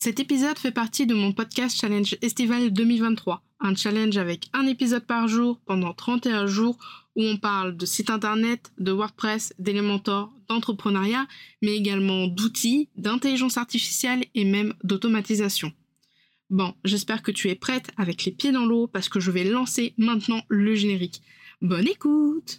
Cet épisode fait partie de mon podcast Challenge Estival 2023, un challenge avec un épisode par jour pendant 31 jours où on parle de site internet, de WordPress, d'Elementor, d'entrepreneuriat, mais également d'outils, d'intelligence artificielle et même d'automatisation. Bon, j'espère que tu es prête avec les pieds dans l'eau parce que je vais lancer maintenant le générique. Bonne écoute!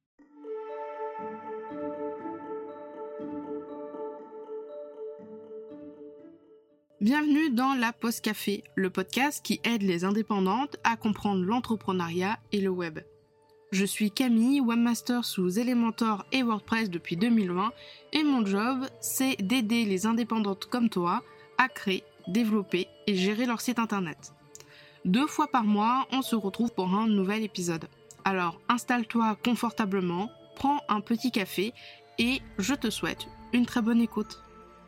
Bienvenue dans la Pause Café, le podcast qui aide les indépendantes à comprendre l'entrepreneuriat et le web. Je suis Camille, webmaster sous Elementor et WordPress depuis 2020 et mon job, c'est d'aider les indépendantes comme toi à créer, développer et gérer leur site internet. 2 fois par mois, on se retrouve pour un nouvel épisode. Alors installe-toi confortablement, prends un petit café et je te souhaite une très bonne écoute.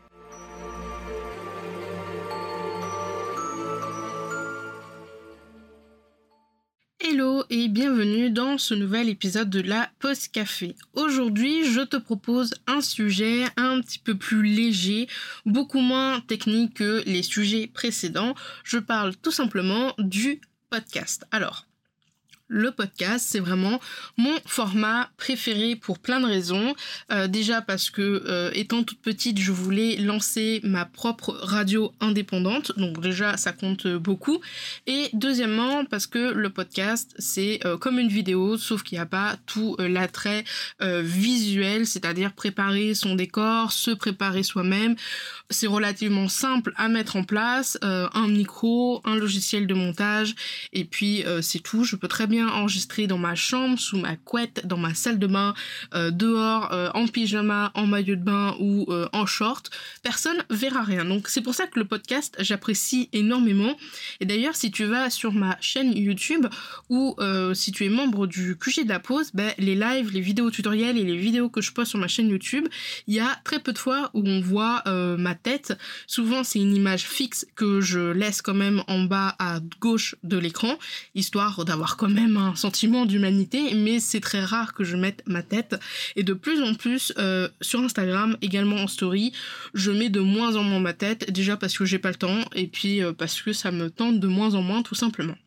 Hello et bienvenue dans ce nouvel épisode de la Pause Café. Aujourd'hui, je te propose un sujet un petit peu plus léger, beaucoup moins technique que les sujets précédents. Je parle tout simplement du podcast. Alors, le podcast, c'est vraiment mon format préféré pour plein de raisons. Déjà parce que, étant toute petite, je voulais lancer ma propre radio indépendante. Donc déjà, ça compte beaucoup. Et deuxièmement, parce que le podcast, c'est comme une vidéo, sauf qu'il n'y a pas tout l'attrait visuel, c'est-à-dire préparer son décor, se préparer soi-même. C'est relativement simple à mettre en place. Un micro, un logiciel de montage, et puis c'est tout. Je peux très bien enregistré dans ma chambre, sous ma couette, dans ma salle de bain, dehors, en pyjama, en maillot de bain ou en short. Personne verra rien. Donc c'est pour ça que le podcast, j'apprécie énormément. Et d'ailleurs, si tu vas sur ma chaîne YouTube ou si tu es membre du QG de la pause, les lives, les vidéos tutoriels et les vidéos que je poste sur ma chaîne YouTube, il y a très peu de fois où on voit ma tête. Souvent, c'est une image fixe que je laisse quand même en bas à gauche de l'écran, histoire d'avoir quand même un sentiment d'humanité, mais c'est très rare que je mette ma tête. Et de plus en plus, sur Instagram, également en story, je mets de moins en moins ma tête, déjà parce que j'ai pas le temps, et puis parce que ça me tente de moins en moins, tout simplement.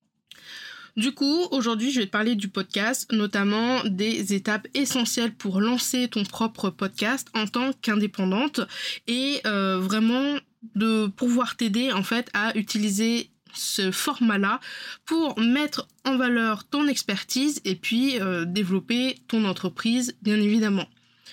Du coup, aujourd'hui, je vais te parler du podcast, notamment des étapes essentielles pour lancer ton propre podcast en tant qu'indépendante et vraiment de pouvoir t'aider en fait à utiliser ce format-là pour mettre en valeur ton expertise et puis développer ton entreprise, bien évidemment.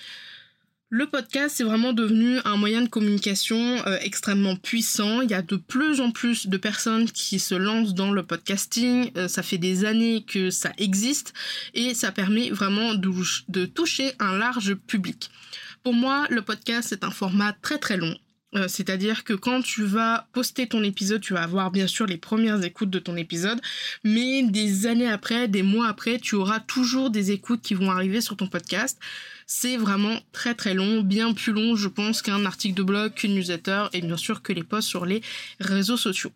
Le podcast, c'est vraiment devenu un moyen de communication extrêmement puissant. Il y a de plus en plus de personnes qui se lancent dans le podcasting. Ça fait des années que ça existe et ça permet vraiment de toucher un large public. Pour moi, le podcast, c'est un format très très long. C'est-à-dire que quand tu vas poster ton épisode, tu vas avoir bien sûr les premières écoutes de ton épisode, mais des années après, des mois après, tu auras toujours des écoutes qui vont arriver sur ton podcast. C'est vraiment très très long, bien plus long je pense qu'un article de blog, qu'une newsletter et bien sûr que les posts sur les réseaux sociaux.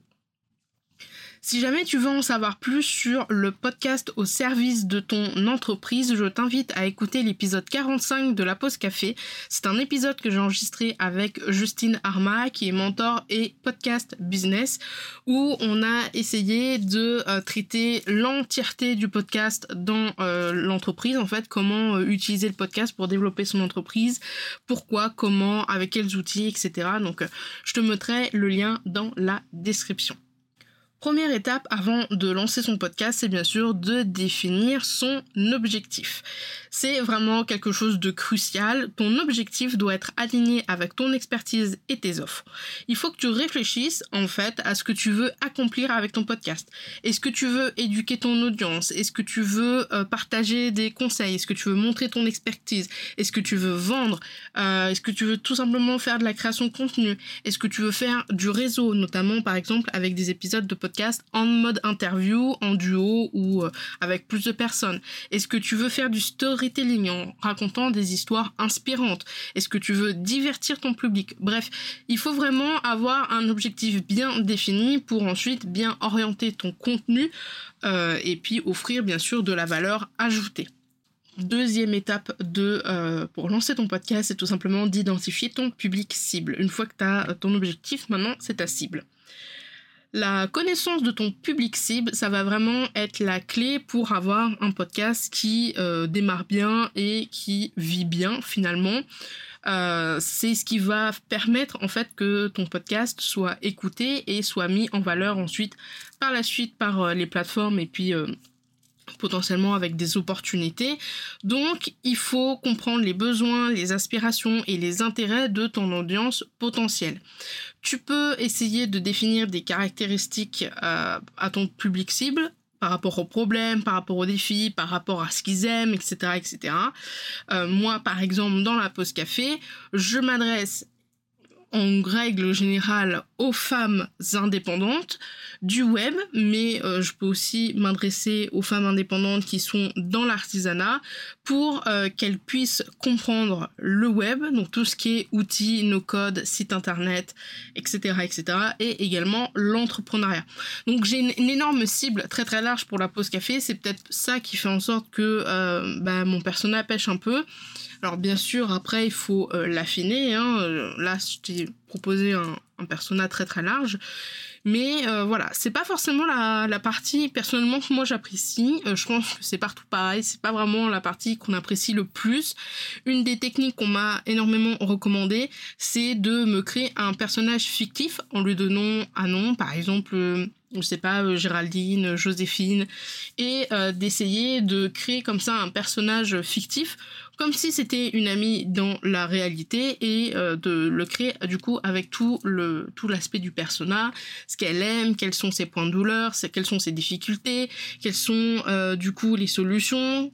Si jamais tu veux en savoir plus sur le podcast au service de ton entreprise, je t'invite à écouter l'épisode 45 de la Pause Café. C'est un épisode que j'ai enregistré avec Justine Arma, qui est mentor et podcast business, où on a essayé de traiter l'entièreté du podcast dans l'entreprise, en fait, comment utiliser le podcast pour développer son entreprise, pourquoi, comment, avec quels outils, etc. Donc, je te mettrai le lien dans la description. Première étape avant de lancer son podcast, c'est bien sûr de définir son objectif. C'est vraiment quelque chose de crucial. Ton objectif doit être aligné avec ton expertise et tes offres. Il faut que tu réfléchisses en fait à ce que tu veux accomplir avec ton podcast. Est-ce que tu veux éduquer ton audience? Est-ce que tu veux partager des conseils? Est-ce que tu veux montrer ton expertise? Est-ce que tu veux vendre? Est-ce que tu veux tout simplement faire de la création de contenu? Est-ce que tu veux faire du réseau, notamment par exemple avec des épisodes de podcast en mode interview, en duo ou avec plus de personnes? Est-ce que tu veux faire du storytelling en racontant des histoires inspirantes? Est-ce que tu veux divertir ton public? Bref, il faut vraiment avoir un objectif bien défini pour ensuite bien orienter ton contenu et puis offrir bien sûr de la valeur ajoutée. deuxième étape pour lancer ton podcast, c'est tout simplement d'identifier ton public cible. Une fois que tu as ton objectif, maintenant c'est ta cible. La connaissance de ton public cible, ça va vraiment être la clé pour avoir un podcast qui démarre bien et qui vit bien finalement. C'est ce qui va permettre en fait que ton podcast soit écouté et soit mis en valeur ensuite par la suite par les plateformes et puis potentiellement avec des opportunités. Donc, il faut comprendre les besoins, les aspirations et les intérêts de ton audience potentielle. Tu peux essayer de définir des caractéristiques à ton public cible par rapport aux problèmes, par rapport aux défis, par rapport à ce qu'ils aiment, etc. etc. Moi, par exemple, dans la pause café, je m'adresse en règle générale aux femmes indépendantes du web, mais je peux aussi m'adresser aux femmes indépendantes qui sont dans l'artisanat pour qu'elles puissent comprendre le web, donc tout ce qui est outils, no code, site internet, etc., etc., et également l'entrepreneuriat. Donc j'ai une énorme cible très très large pour la pause café, c'est peut-être ça qui fait en sorte que mon persona pêche un peu. Alors bien sûr, après, il faut l'affiner. Là, je t'ai proposé un persona très très large. Mais voilà, c'est pas forcément la partie personnellement que moi j'apprécie. Je pense que c'est partout pareil, c'est pas vraiment la partie qu'on apprécie le plus. Une des techniques qu'on m'a énormément recommandé, c'est de me créer un personnage fictif en lui donnant un nom, par exemple... je sais pas, Géraldine, Joséphine, et d'essayer de créer comme ça un personnage fictif, comme si c'était une amie dans la réalité, et de le créer du coup avec tout l'aspect du persona, ce qu'elle aime, quels sont ses points de douleur, quelles sont ses difficultés, quelles sont du coup les solutions,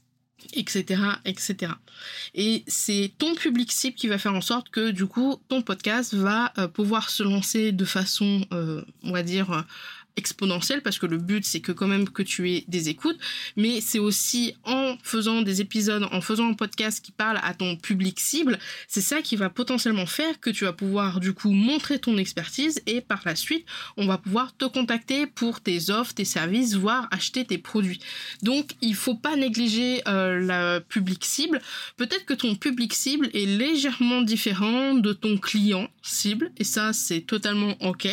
etc., etc. Et c'est ton public cible qui va faire en sorte que du coup ton podcast va pouvoir se lancer de façon, on va dire, exponentielle, parce que le but c'est que quand même que tu aies des écoutes, mais c'est aussi en faisant des épisodes, en faisant un podcast qui parle à ton public cible, c'est ça qui va potentiellement faire que tu vas pouvoir du coup montrer ton expertise, et par la suite on va pouvoir te contacter pour tes offres, tes services, voire acheter tes produits. Donc il faut pas négliger la public cible. Peut-être que ton public cible est légèrement différent de ton client cible, et ça c'est totalement ok.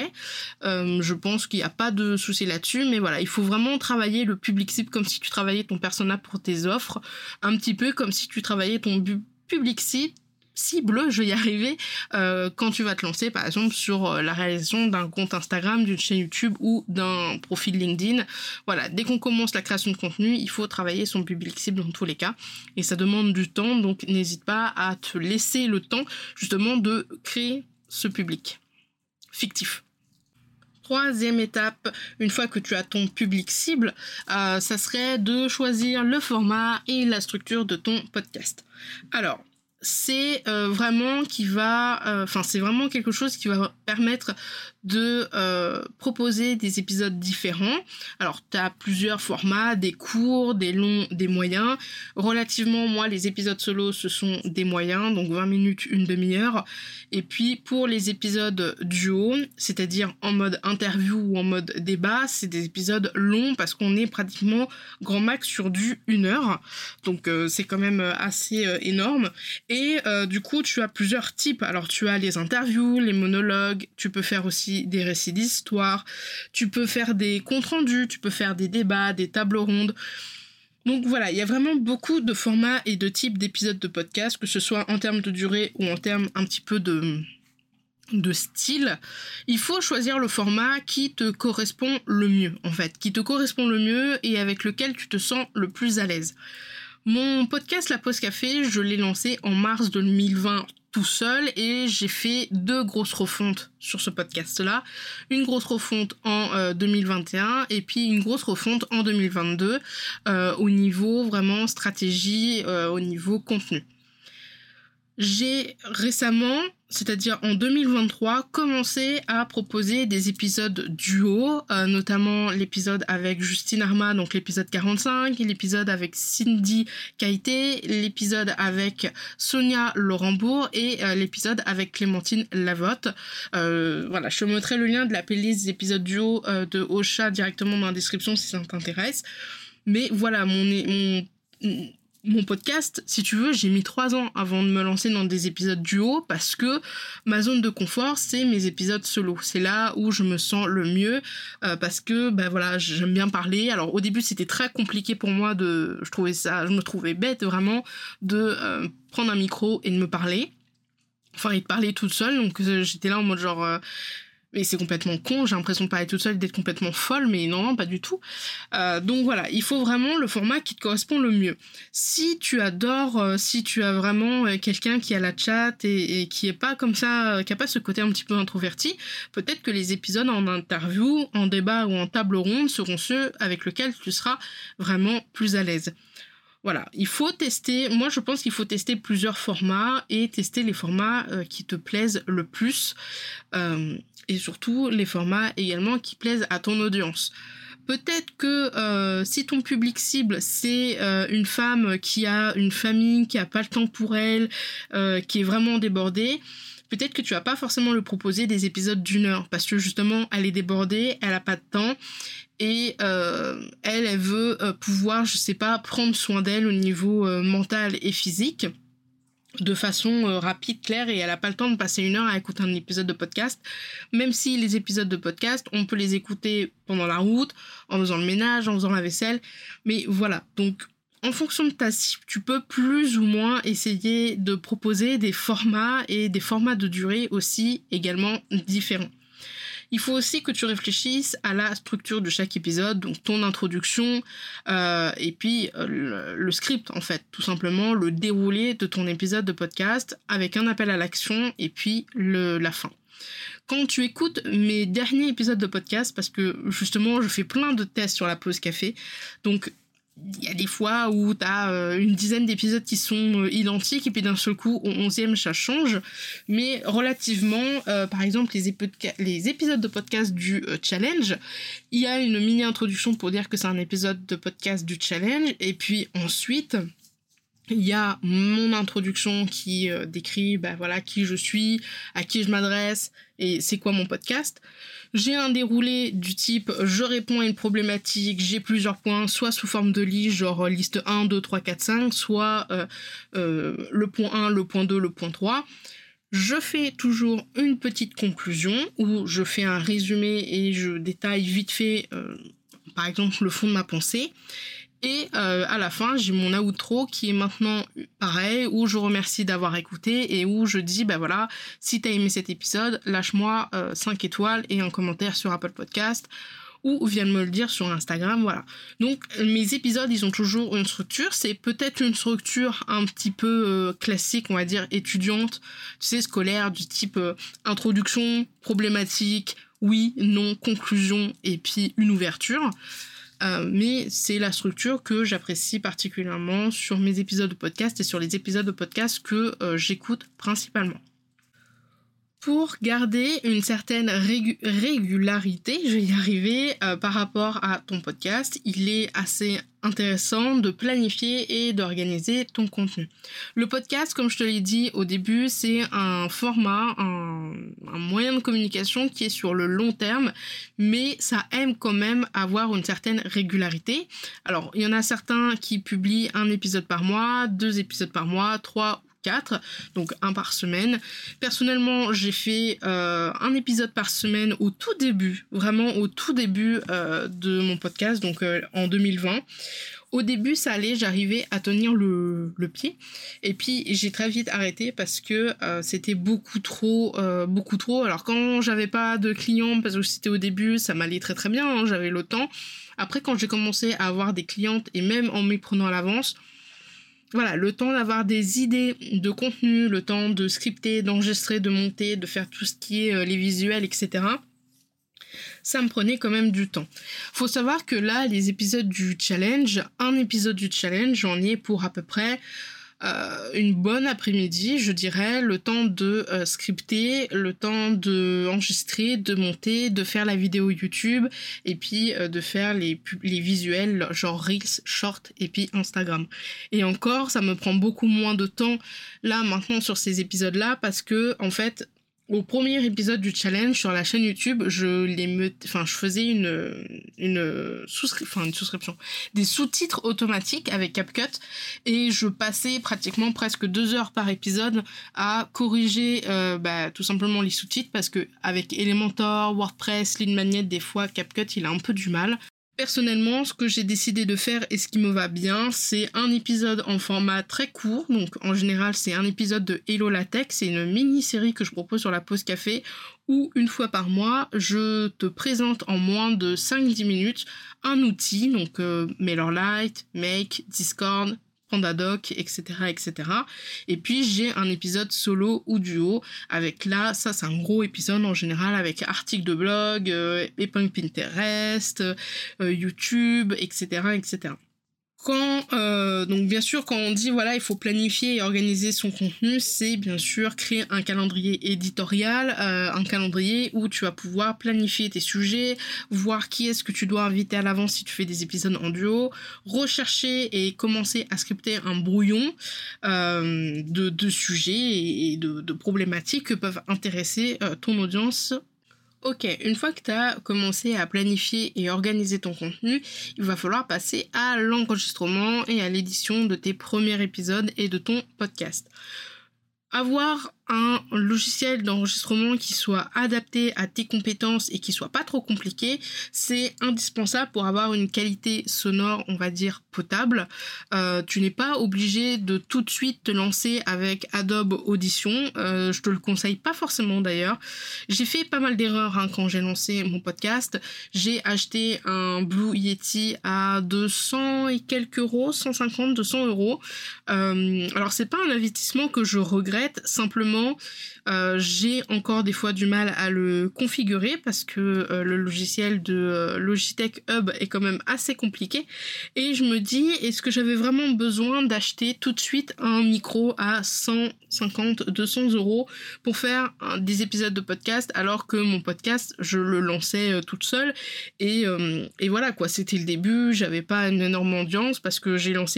Je pense qu'il n'y a pas de souci là-dessus, mais voilà, il faut vraiment travailler le public cible comme si tu travaillais ton persona pour tes offres, un petit peu comme si tu travaillais ton public cible, je vais y arriver, quand tu vas te lancer par exemple sur la réalisation d'un compte Instagram, d'une chaîne YouTube ou d'un profil LinkedIn. Voilà, dès qu'on commence la création de contenu, il faut travailler son public cible dans tous les cas, et ça demande du temps, donc n'hésite pas à te laisser le temps justement de créer ce public fictif. Troisième étape, une fois que tu as ton public cible, ça serait de choisir le format et la structure de ton podcast. Alors, c'est vraiment c'est vraiment quelque chose qui va permettre de proposer des épisodes différents. Alors, tu as plusieurs formats, des courts, des longs, des moyens. Relativement, moi, les épisodes solo, ce sont des moyens, donc 20 minutes, une demi-heure. Et puis, pour les épisodes duo, c'est-à-dire en mode interview ou en mode débat, c'est des épisodes longs parce qu'on est pratiquement grand max sur du 1 heure. Donc, c'est quand même assez énorme. Et du coup, tu as plusieurs types. Alors, tu as les interviews, les monologues, tu peux faire aussi des récits d'histoire, tu peux faire des comptes rendus, tu peux faire des débats, des tables rondes. Donc voilà, il y a vraiment beaucoup de formats et de types d'épisodes de podcast, que ce soit en termes de durée ou en termes un petit peu de style. Il faut choisir le format qui te correspond le mieux, en fait, qui te correspond le mieux et avec lequel tu te sens le plus à l'aise. Mon podcast La Pause Café, je l'ai lancé en mars 2020 tout seul, et j'ai fait 2 grosses refontes sur ce podcast-là. Une grosse refonte en 2021 et puis une grosse refonte en 2022 au niveau vraiment stratégie, au niveau contenu. J'ai récemment, c'est-à-dire en 2023, commencé à proposer des épisodes duo, notamment l'épisode avec Justine Arma, donc l'épisode 45, et l'épisode avec Cindy Kaité, l'épisode avec Sonia Laurembourg et l'épisode avec Clémentine Lavotte. Voilà, je te mettrai le lien de la playlist des épisodes duo de Ocha directement dans la description si ça t'intéresse. Mais voilà, mon mon podcast, si tu veux, j'ai mis 3 ans avant de me lancer dans des épisodes duo parce que ma zone de confort, c'est mes épisodes solo. C'est là où je me sens le mieux parce que, voilà, j'aime bien parler. Alors, au début, c'était très compliqué pour moi je me trouvais bête vraiment de prendre un micro et de me parler. Enfin, et de parler toute seule. Donc, j'étais là en mode genre... mais c'est complètement con, j'ai l'impression de parler toute seule, d'être complètement folle, mais non, pas du tout. Donc voilà, il faut vraiment le format qui te correspond le mieux. Si tu adores, si tu as vraiment quelqu'un qui a la chat et qui est pas comme ça, qui a pas ce côté un petit peu introverti, peut-être que les épisodes en interview, en débat ou en table ronde seront ceux avec lesquels tu seras vraiment plus à l'aise. Voilà, il faut tester, moi je pense qu'il faut tester plusieurs formats et tester les formats qui te plaisent le plus et surtout les formats également qui plaisent à ton audience. Peut-être que si ton public cible c'est une femme qui a une famille, qui a pas le temps pour elle, qui est vraiment débordée, peut-être que tu vas pas forcément lui proposer des épisodes d'1 heure parce que justement elle est débordée, elle a pas de temps et elle veut pouvoir, je sais pas, prendre soin d'elle au niveau mental et physique de façon rapide, claire, et elle a pas le temps de passer 1 heure à écouter un épisode de podcast, même si les épisodes de podcast, on peut les écouter pendant la route, en faisant le ménage, en faisant la vaisselle, mais voilà, donc en fonction de ta cible, tu peux plus ou moins essayer de proposer des formats et des formats de durée aussi également différents. Il faut aussi que tu réfléchisses à la structure de chaque épisode, donc ton introduction et puis le script en fait, tout simplement le déroulé de ton épisode de podcast avec un appel à l'action et puis la fin. Quand tu écoutes mes derniers épisodes de podcast, parce que justement je fais plein de tests sur la pause café, donc il y a des fois où t'as une dizaine d'épisodes qui sont identiques et puis d'un seul coup au 11e ça change, mais relativement par exemple les épisodes de podcast du challenge, il y a une mini introduction pour dire que c'est un épisode de podcast du challenge et puis ensuite il y a mon introduction qui décrit qui je suis, à qui je m'adresse et c'est quoi mon podcast. J'ai un déroulé du type je réponds à une problématique, j'ai plusieurs points, soit sous forme de liste, genre liste 1, 2, 3, 4, 5, soit le point 1, le point 2, le point 3. Je fais toujours une petite conclusion où je fais un résumé et je détaille vite fait par exemple le fond de ma pensée. Et à la fin, j'ai mon outro qui est maintenant pareil, où je remercie d'avoir écouté et où je dis, si t'as aimé cet épisode, lâche-moi 5 étoiles et un commentaire sur Apple Podcast ou viens me le dire sur Instagram, voilà. Donc mes épisodes, ils ont toujours une structure, c'est peut-être une structure un petit peu classique, on va dire étudiante, tu sais, scolaire, du type introduction, problématique, oui, non, conclusion et puis une ouverture. Mais c'est la structure que j'apprécie particulièrement sur mes épisodes de podcast et sur les épisodes de podcast que j'écoute principalement. Pour garder une certaine régularité, je vais y arriver, par rapport à ton podcast, il est assez intéressant de planifier et d'organiser ton contenu. Le podcast, comme je te l'ai dit au début, c'est un format, un moyen de communication qui est sur le long terme, mais ça aime quand même avoir une certaine régularité. Alors, il y en a certains qui publient un épisode par mois, 2 épisodes par mois, 3 4, donc 1 par semaine. Personnellement, j'ai fait un épisode par semaine au tout début, vraiment au tout début de mon podcast, donc en 2020. Au début, ça allait, j'arrivais à tenir le pied. Et puis, j'ai très vite arrêté parce que c'était beaucoup trop. Alors, quand j'avais pas de clients, parce que c'était au début, ça m'allait très très bien, hein, j'avais le temps. Après, quand j'ai commencé à avoir des clientes, et même en m'y prenant à l'avance, voilà, le temps d'avoir des idées de contenu, le temps de scripter, d'enregistrer, de monter, de faire tout ce qui est les visuels, etc. Ça me prenait quand même du temps. Faut savoir que là, les épisodes du challenge, un épisode du challenge, j'en ai pour à peu près une bonne après-midi, je dirais, le temps de scripter, le temps de enregistrer, de monter, de faire la vidéo YouTube et puis de faire les visuels genre Reels, Short et puis Instagram. Et encore, ça me prend beaucoup moins de temps là maintenant sur ces épisodes-là parce que en fait, au premier épisode du challenge sur la chaîne YouTube, je faisais une souscription, des sous-titres automatiques avec CapCut, et je passais pratiquement presque 2 heures par épisode à corriger tout simplement les sous-titres, parce que avec Elementor, WordPress, Leadmagnet, des fois CapCut il a un peu du mal. Personnellement, ce que j'ai décidé de faire et ce qui me va bien, c'est un épisode en format très court. Donc en général, c'est un épisode de Hello la Tech. C'est une mini-série que je propose sur la pause café où une fois par mois, je te présente en moins de 5-10 minutes un outil. Donc MailerLite, Make, Discord, PandaDoc, etc., etc. Et puis j'ai un épisode solo ou duo avec ça c'est un gros épisode en général avec articles de blog, épingle Pinterest, YouTube, etc., etc. Donc bien sûr, quand on dit voilà, il faut planifier et organiser son contenu, c'est bien sûr créer un calendrier éditorial, un calendrier où tu vas pouvoir planifier tes sujets, voir qui est-ce que tu dois inviter à l'avance si tu fais des épisodes en duo, rechercher et commencer à scripter un brouillon de sujets et de problématiques que peuvent intéresser ton audience. Ok, une fois que tu as commencé à planifier et organiser ton contenu, il va falloir passer à l'enregistrement et à l'édition de tes premiers épisodes et de ton podcast. Avoir un logiciel d'enregistrement qui soit adapté à tes compétences et qui soit pas trop compliqué, c'est indispensable pour avoir une qualité sonore, on va dire, potable. Tu n'es pas obligé de tout de suite te lancer avec Adobe Audition. Je te le conseille pas forcément d'ailleurs. J'ai fait pas mal d'erreurs quand j'ai lancé mon podcast. J'ai acheté un Blue Yeti à 200 et quelques euros, 150, 200 euros. Alors c'est pas un investissement que je regrette, simplement j'ai encore des fois du mal à le configurer parce que le logiciel de Logitech Hub est quand même assez compliqué, et je me dis, est-ce que j'avais vraiment besoin d'acheter tout de suite un micro à 150, 200 euros pour faire des épisodes de podcast, alors que mon podcast, je le lançais toute seule, et voilà quoi, c'était le début, j'avais pas une énorme audience parce que j'ai lancé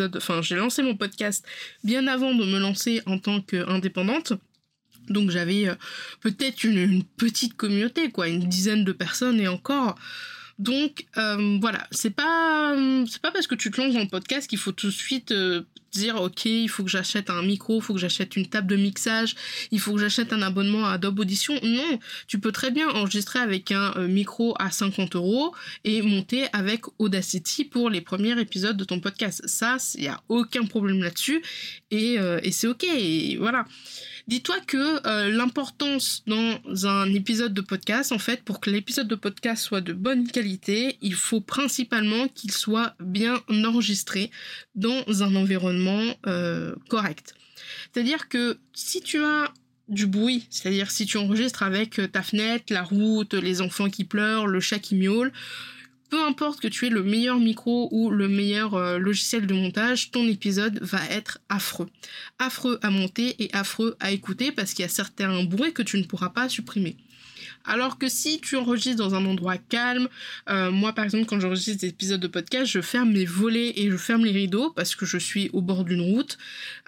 mon podcast bien avant de me lancer en tant qu'indépendante. Donc j'avais peut-être une petite communauté, quoi, une dizaine de personnes et encore. Donc voilà, c'est pas parce que tu te lances dans le podcast qu'il faut tout de suite dire ok, il faut que j'achète un micro, il faut que j'achète une table de mixage, il faut que j'achète un abonnement à Adobe Audition. Non, tu peux très bien enregistrer avec un micro à 50 euros et monter avec Audacity pour les premiers épisodes de ton podcast. Ça, il n'y a aucun problème là-dessus, et c'est ok, et voilà. Dis-toi que l'importance dans un épisode de podcast, en fait, pour que l'épisode de podcast soit de bonne qualité, il faut principalement qu'il soit bien enregistré dans un environnement correct. C'est-à-dire que si tu as du bruit, c'est-à-dire si tu enregistres avec ta fenêtre, la route, les enfants qui pleurent, le chat qui miaule, peu importe que tu aies le meilleur micro ou le meilleur logiciel de montage, ton épisode va être affreux. Affreux à monter et affreux à écouter parce qu'il y a certains bruits que tu ne pourras pas supprimer. Alors que si tu enregistres dans un endroit calme, moi par exemple quand j'enregistre des épisodes de podcast, je ferme mes volets et je ferme les rideaux parce que je suis au bord d'une route.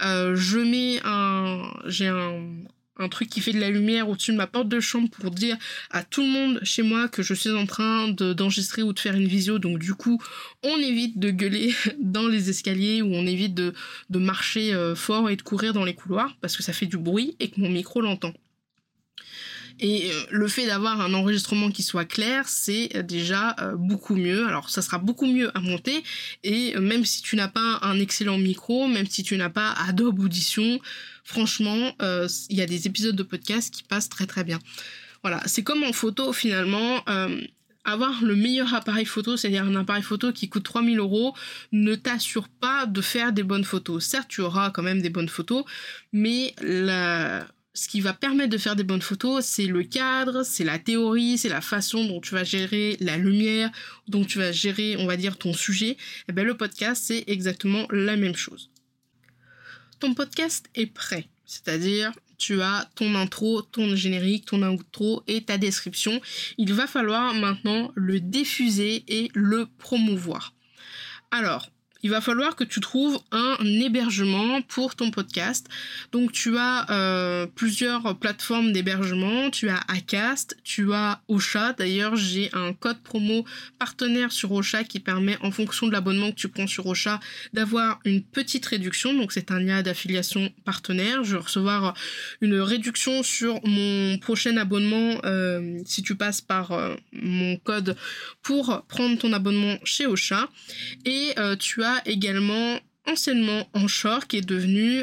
J'ai un truc qui fait de la lumière au-dessus de ma porte de chambre pour dire à tout le monde chez moi que je suis en train d'enregistrer ou de faire une visio. Donc du coup, on évite de gueuler dans les escaliers, ou on évite de marcher fort et de courir dans les couloirs parce que ça fait du bruit et que mon micro l'entend. Et le fait d'avoir un enregistrement qui soit clair, c'est déjà beaucoup mieux. Alors ça sera beaucoup mieux à monter, et même si tu n'as pas un excellent micro, même si tu n'as pas Adobe Audition, franchement, il y a des épisodes de podcast qui passent très très bien. Voilà, c'est comme en photo finalement. Avoir le meilleur appareil photo, c'est-à-dire un appareil photo qui coûte 3000 euros, ne t'assure pas de faire des bonnes photos. Certes, tu auras quand même des bonnes photos, mais ce qui va permettre de faire des bonnes photos, c'est le cadre, c'est la théorie, c'est la façon dont tu vas gérer la lumière, dont tu vas gérer, on va dire, ton sujet. Et bien, le podcast, c'est exactement la même chose. Ton podcast est prêt, c'est-à-dire tu as ton intro, ton générique, ton outro et ta description. Il va falloir maintenant le diffuser et le promouvoir. Alors, il va falloir que tu trouves un hébergement pour ton podcast. Donc tu as plusieurs plateformes d'hébergement, tu as Acast, tu as Ocha. D'ailleurs, j'ai un code promo partenaire sur Ocha qui permet, en fonction de l'abonnement que tu prends sur Ocha, d'avoir une petite réduction. Donc c'est un lien d'affiliation partenaire. Je vais recevoir une réduction sur mon prochain abonnement si tu passes par mon code pour prendre ton abonnement chez Ocha. Et tu as également anciennement Anchor qui est devenu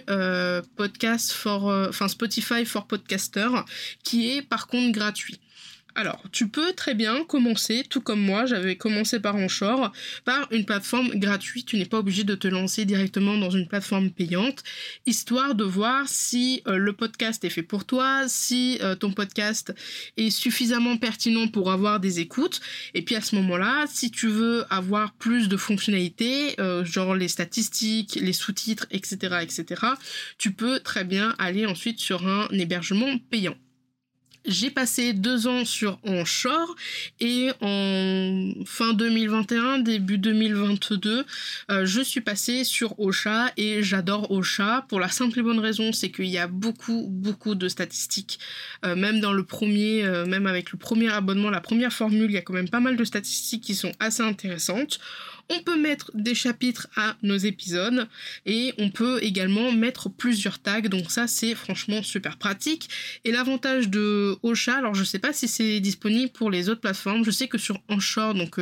Spotify for Podcaster, qui est par contre gratuit. Alors, tu peux très bien commencer, tout comme moi, j'avais commencé par Anchor, par une plateforme gratuite. Tu n'es pas obligé de te lancer directement dans une plateforme payante, histoire de voir si le podcast est fait pour toi, si ton podcast est suffisamment pertinent pour avoir des écoutes. Et puis à ce moment-là, si tu veux avoir plus de fonctionnalités, genre les statistiques, les sous-titres, etc., tu peux très bien aller ensuite sur un hébergement payant. J'ai passé 2 ans sur Anchor et en fin 2021, début 2022, je suis passée sur Ocha et j'adore Ocha pour la simple et bonne raison, c'est qu'il y a beaucoup de statistiques. Même dans le premier, même avec le premier abonnement, la première formule, il y a quand même pas mal de statistiques qui sont assez intéressantes. On peut mettre des chapitres à nos épisodes et on peut également mettre plusieurs tags, donc ça c'est franchement super pratique. Et l'avantage de Ocha, alors je sais pas si c'est disponible pour les autres plateformes, je sais que sur Anchor, donc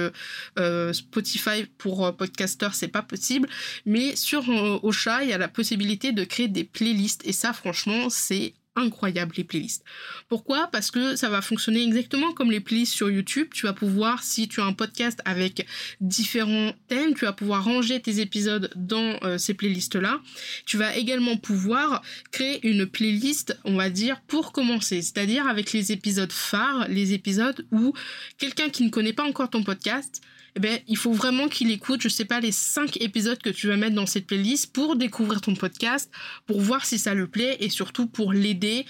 Spotify pour Podcaster c'est pas possible, mais sur Ocha il y a la possibilité de créer des playlists et ça franchement c'est incroyable les playlists. Pourquoi ? Parce que ça va fonctionner exactement comme les playlists sur YouTube. Tu vas pouvoir, si tu as un podcast avec différents thèmes, tu vas pouvoir ranger tes épisodes dans ces playlists-là. Tu vas également pouvoir créer une playlist, on va dire, pour commencer. C'est-à-dire avec les épisodes phares, les épisodes où quelqu'un qui ne connaît pas encore ton podcast, eh ben, il faut vraiment qu'il écoute, je sais pas, les 5 épisodes que tu vas mettre dans cette playlist pour découvrir ton podcast, pour voir si ça le plaît et surtout pour l'aider,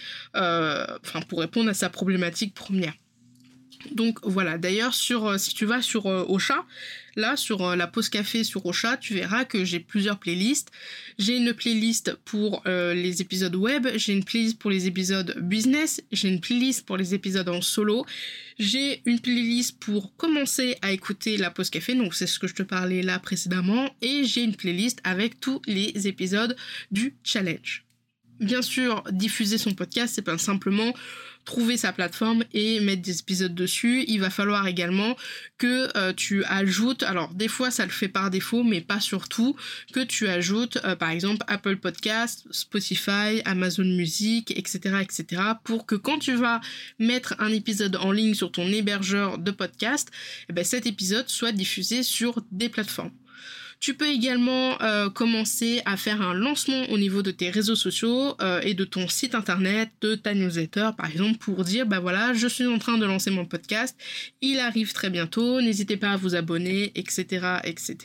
pour répondre à sa problématique première. Donc voilà, d'ailleurs si tu vas sur Ocha, là sur la pause café sur Ocha, tu verras que j'ai plusieurs playlists. J'ai une playlist pour les épisodes web, j'ai une playlist pour les épisodes business, j'ai une playlist pour les épisodes en solo, j'ai une playlist pour commencer à écouter la pause café, donc c'est ce que je te parlais là précédemment, et j'ai une playlist avec tous les épisodes du challenge. Bien sûr, diffuser son podcast, c'est pas simplement trouver sa plateforme et mettre des épisodes dessus. Il va falloir également que tu ajoutes, alors des fois ça le fait par défaut, mais pas surtout, que tu ajoutes par exemple Apple Podcast, Spotify, Amazon Music, etc., pour que quand tu vas mettre un épisode en ligne sur ton hébergeur de podcast, cet épisode soit diffusé sur des plateformes. Tu peux également commencer à faire un lancement au niveau de tes réseaux sociaux et de ton site internet, de ta newsletter par exemple, pour dire voilà, je suis en train de lancer mon podcast, il arrive très bientôt, n'hésitez pas à vous abonner, etc.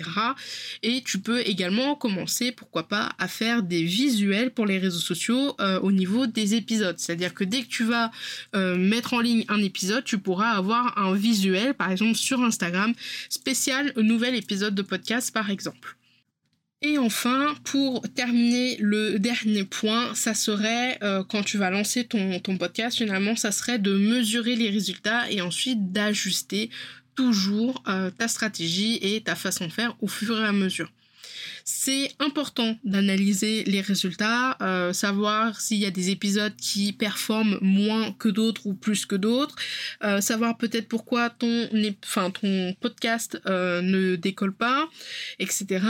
Et tu peux également commencer, pourquoi pas, à faire des visuels pour les réseaux sociaux au niveau des épisodes. C'est-à-dire que dès que tu vas mettre en ligne un épisode, tu pourras avoir un visuel, par exemple sur Instagram, spécial nouvel épisode de podcast par exemple. Et enfin, pour terminer le dernier point, ça serait, quand tu vas lancer ton podcast, finalement, ça serait de mesurer les résultats et ensuite d'ajuster toujours ta stratégie et ta façon de faire au fur et à mesure. C'est important d'analyser les résultats, savoir s'il y a des épisodes qui performent moins que d'autres ou plus que d'autres, savoir peut-être pourquoi ton podcast ne décolle pas, etc.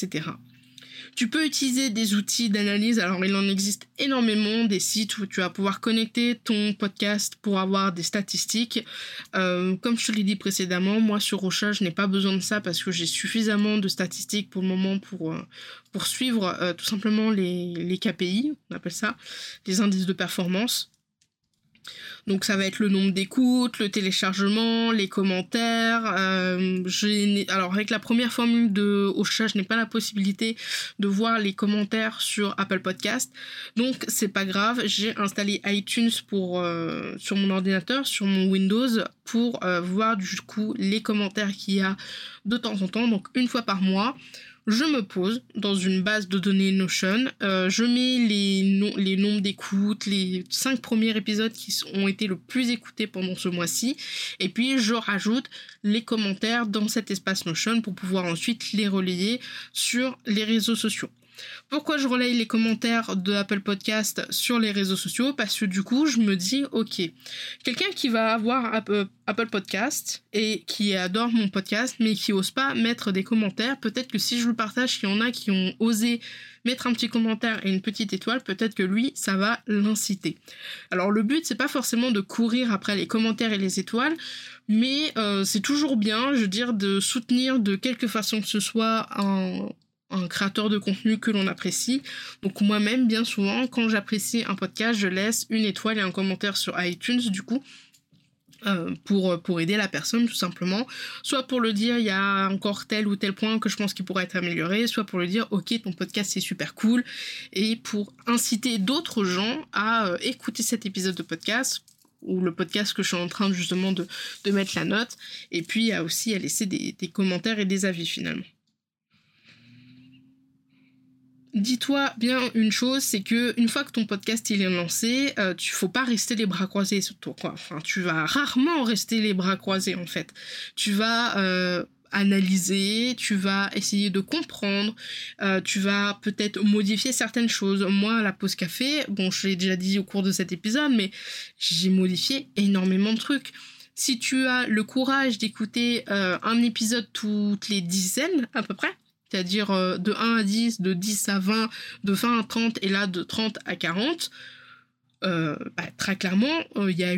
Tu peux utiliser des outils d'analyse, alors il en existe énormément, des sites où tu vas pouvoir connecter ton podcast pour avoir des statistiques. Comme je te l'ai dit précédemment, moi sur Ocha, je n'ai pas besoin de ça parce que j'ai suffisamment de statistiques pour le moment pour suivre tout simplement les KPI, on appelle ça, les indices de performance. Donc ça va être le nombre d'écoutes, le téléchargement, les commentaires. Alors avec la première formule de Ocha, je n'ai pas la possibilité de voir les commentaires sur Apple Podcast. Donc c'est pas grave, j'ai installé iTunes sur mon ordinateur, sur mon Windows, pour voir du coup les commentaires qu'il y a de temps en temps, donc une fois par mois. je me pose dans une base de données Notion, je mets les nombres d'écoutes, les 5 premiers épisodes qui ont été le plus écoutés pendant ce mois-ci, et puis je rajoute les commentaires dans cet espace Notion pour pouvoir ensuite les relayer sur les réseaux sociaux. Pourquoi je relaye les commentaires de Apple Podcast sur les réseaux sociaux? Parce que du coup, je me dis, ok, quelqu'un qui va avoir Apple Podcast et qui adore mon podcast, mais qui n'ose pas mettre des commentaires, peut-être que si je le partage, il y en a qui ont osé mettre un petit commentaire et une petite étoile, peut-être que lui, ça va l'inciter. Alors le but, c'est pas forcément de courir après les commentaires et les étoiles, mais c'est toujours bien, je veux dire, de soutenir de quelque façon que ce soit un créateur de contenu que l'on apprécie. Donc moi-même, bien souvent, quand j'apprécie un podcast, je laisse une étoile et un commentaire sur iTunes, du coup, pour aider la personne, tout simplement. Soit pour le dire, il y a encore tel ou tel point que je pense qu'il pourrait être amélioré, soit pour le dire, ok, ton podcast, c'est super cool, et pour inciter d'autres gens à écouter cet épisode de podcast, ou le podcast que je suis en train justement de mettre la note, et puis aussi à laisser des commentaires et des avis, finalement. Dis-toi bien une chose, c'est que une fois que ton podcast il est lancé, tu faut pas rester les bras croisés sur toi, quoi. Enfin, tu vas rarement rester les bras croisés en fait. Tu vas analyser, tu vas essayer de comprendre, tu vas peut-être modifier certaines choses. Moi, la pause café, bon, je l'ai déjà dit au cours de cet épisode, mais j'ai modifié énormément de trucs. Si tu as le courage d'écouter un épisode toutes les dizaines à peu près, c'est-à-dire de 1 à 10, de 10 à 20, de 20 à 30, et là de 30 à 40, très clairement, il y a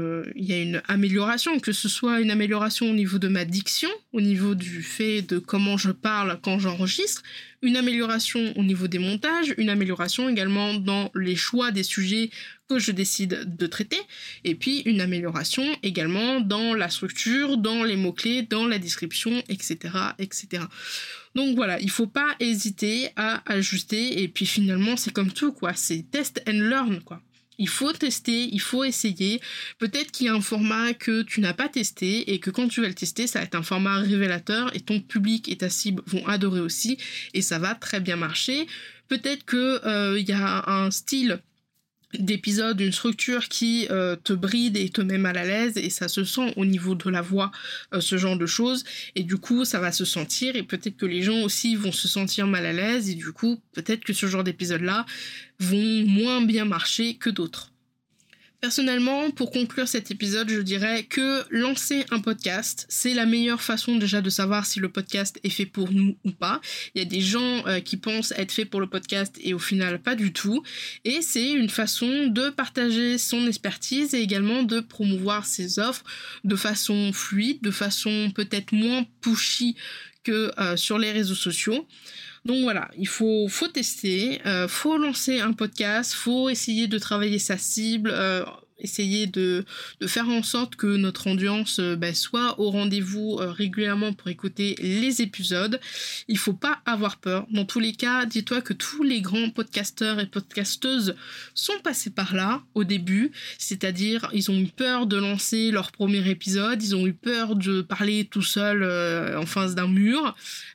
une amélioration, que ce soit une amélioration au niveau de ma diction, au niveau du fait de comment je parle quand j'enregistre, une amélioration au niveau des montages, une amélioration également dans les choix des sujets que je décide de traiter, et puis une amélioration également dans la structure, dans les mots-clés, dans la description, etc., etc. Donc voilà, il faut pas hésiter à ajuster, et puis finalement c'est comme tout, quoi, c'est test and learn, quoi. Il faut tester, il faut essayer. Peut-être qu'il y a un format que tu n'as pas testé et que quand tu vas le tester, ça va être un format révélateur et ton public et ta cible vont adorer aussi et ça va très bien marcher. Peut-être que y a un style d'épisode, une structure qui te bride et te met mal à l'aise et ça se sent au niveau de la voix, ce genre de choses, et du coup ça va se sentir et peut-être que les gens aussi vont se sentir mal à l'aise et du coup peut-être que ce genre d'épisode là vont moins bien marcher que d'autres. Personnellement, pour conclure cet épisode, je dirais que lancer un podcast, c'est la meilleure façon déjà de savoir si le podcast est fait pour nous ou pas. Il y a des gens qui pensent être faits pour le podcast et au final pas du tout. Et c'est une façon de partager son expertise et également de promouvoir ses offres de façon fluide, de façon peut-être moins pushy que sur les réseaux sociaux. Donc voilà, il faut tester, faut lancer un podcast, faut essayer de travailler sa cible, essayer de faire en sorte que notre audience soit au rendez-vous régulièrement pour écouter les épisodes. Il faut pas avoir peur. Dans tous les cas, dis-toi que tous les grands podcasteurs et podcasteuses sont passés par là au début, c'est-à-dire ils ont eu peur de lancer leur premier épisode, ils ont eu peur de parler tout seul en face d'un mur,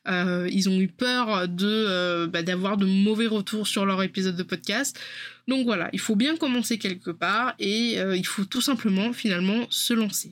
ils ont eu peur d'avoir de mauvais retours sur leur épisode de podcast. Donc voilà, il faut bien commencer quelque part et il faut tout simplement finalement se lancer.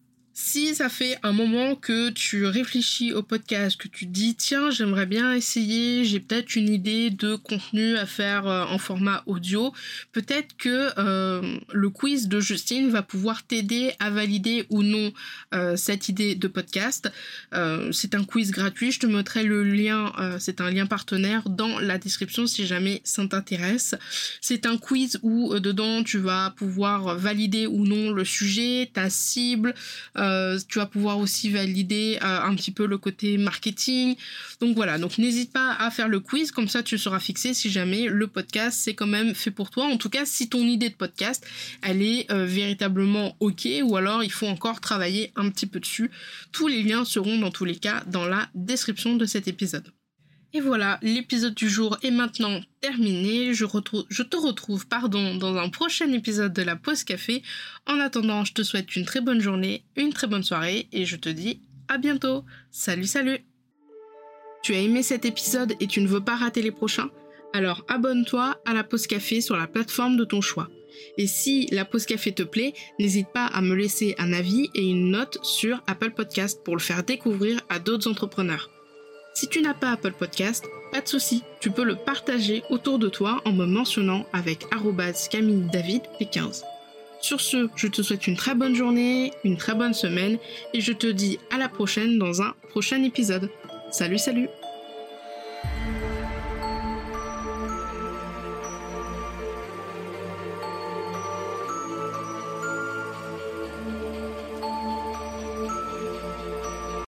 Si ça fait un moment que tu réfléchis au podcast, que tu te dis tiens j'aimerais bien essayer, j'ai peut-être une idée de contenu à faire en format audio, peut-être que le quiz de Justine va pouvoir t'aider à valider ou non cette idée de podcast. C'est un quiz gratuit, je te mettrai le lien, c'est un lien partenaire dans la description si jamais ça t'intéresse. C'est un quiz où dedans tu vas pouvoir valider ou non le sujet, ta cible, tu vas pouvoir aussi valider un petit peu le côté marketing. Donc voilà, donc n'hésite pas à faire le quiz, comme ça tu seras fixé si jamais le podcast c'est quand même fait pour toi. En tout cas, si ton idée de podcast, elle est véritablement ok, ou alors il faut encore travailler un petit peu dessus. Tous les liens seront dans tous les cas dans la description de cet épisode. Et voilà, l'épisode du jour est maintenant terminé. Je te retrouve dans un prochain épisode de la pause café. En attendant, je te souhaite une très bonne journée, une très bonne soirée et je te dis à bientôt. Salut, salut! Tu as aimé cet épisode et tu ne veux pas rater les prochains? Alors abonne-toi à la pause café sur la plateforme de ton choix. Et si la pause café te plaît, n'hésite pas à me laisser un avis et une note sur Apple Podcast pour le faire découvrir à d'autres entrepreneurs. Si tu n'as pas Apple Podcast, pas de souci, tu peux le partager autour de toi en me mentionnant avec @CamilleDavidP15. Sur ce, je te souhaite une très bonne journée, une très bonne semaine et je te dis à la prochaine dans un prochain épisode. Salut!